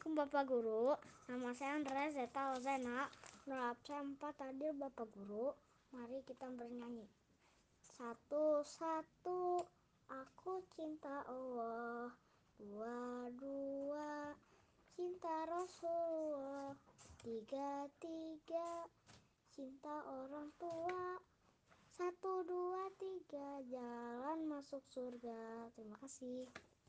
Assalamualaikum Bapak Guru. Nama saya Andrea Zeta Ozena. Menurut absen 4 hadir Bapak Guru. Mari kita bernyanyi. Satu, satu, aku cinta Allah. Dua, dua, cinta Rasulullah. Tiga, tiga, cinta orang tua. Satu, dua, tiga, jalan masuk surga. Terima kasih.